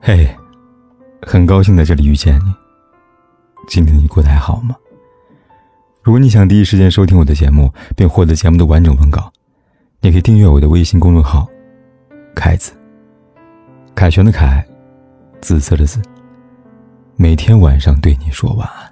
嘿，很高兴在这里遇见你。今天你过得还好吗？如果你想第一时间收听我的节目，并获得节目的完整文稿，你可以订阅我的微信公众号凯子，凯旋的凯，紫色的紫，每天晚上对你说晚安。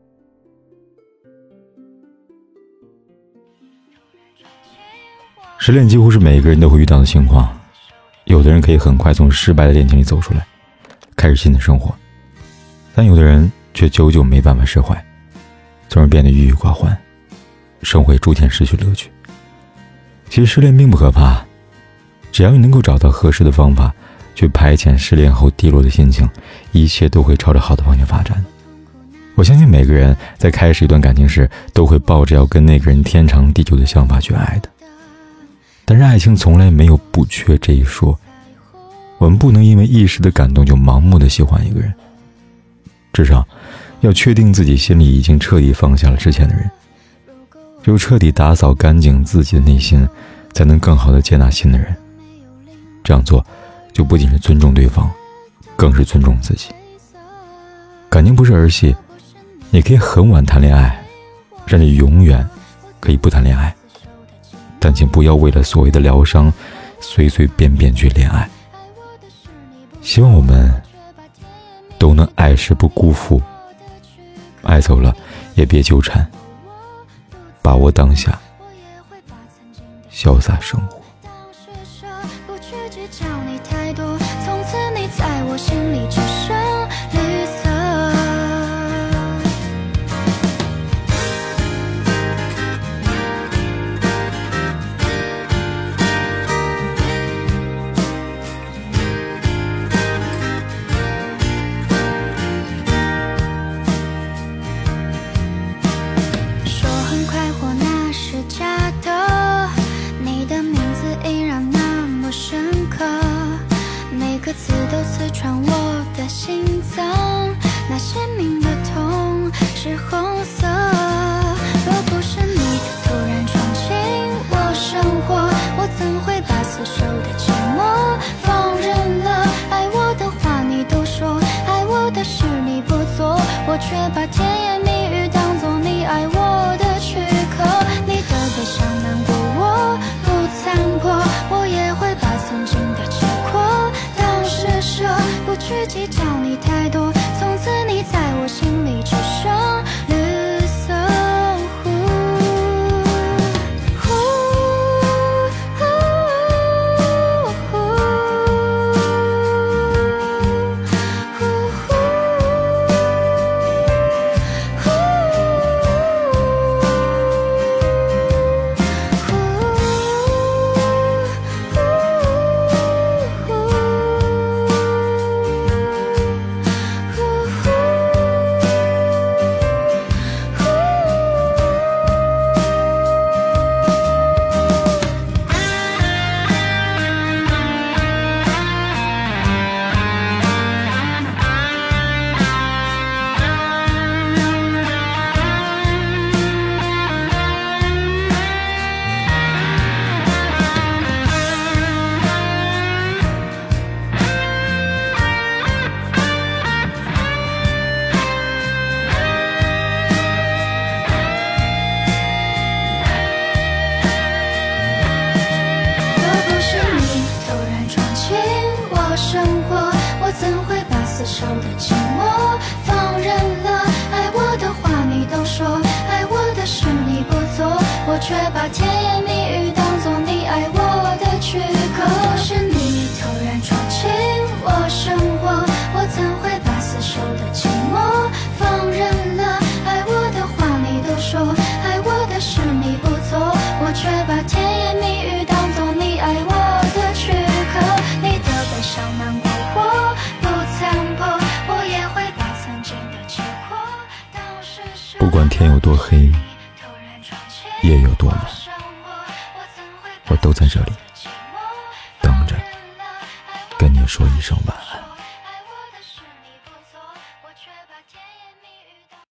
失恋几乎是每一个人都会遇到的情况，有的人可以很快从失败的恋情里走出来，开始新的生活，但有的人却久久没办法释怀，从而变得郁郁寡欢，生活也逐渐失去乐趣。其实失恋并不可怕，只要你能够找到合适的方法去排遣失恋后低落的心情，一切都会朝着好的方向发展。我相信每个人在开始一段感情时，都会抱着要跟那个人天长地久的想法去爱的，但是爱情从来没有不缺这一说。我们不能因为一时的感动就盲目的喜欢一个人，至少要确定自己心里已经彻底放下了之前的人。只有彻底打扫干净自己的内心，才能更好的接纳新的人。这样做就不仅是尊重对方，更是尊重自己。感情不是儿戏，你可以很晚谈恋爱，甚至永远可以不谈恋爱，但请不要为了所谓的疗伤随随便便去恋爱。希望我们都能爱时不辜负，爱走了也别纠缠，把握当下，潇洒生活。 不去计较你太多，从此你在我心里只剩绿色。说很快活那是假的，你的名字依然那么深刻，每个字都刺穿我的心脏，那鲜明的痛是红色。若不是你突然闯进我生活，我怎会把死守的寂寞放任了？爱我的话你都说，爱我的事你不做，我却把甜言蜜语当作你爱我的躯壳。你的悲伤难过我不残破，我也会把曾经的结果当施舍，不去计较你太多，从此你在我心里只剩绿色。怎会把死守的寂寞放任了？爱我的话你都说，爱我的事你不做，我却把甜言蜜语当作你爱我的躯壳。若是你突然闯进我生活，我怎会把死守的寂寞放任了？爱我的话你都说，爱我的事你不做，我却把甜言蜜语当作你爱我的躯壳。你的悲伤难过我不残破，我也会把曾经的结果当施舍。 不管天有多黑，夜有多晚，我都在这里等着跟你说一声晚安。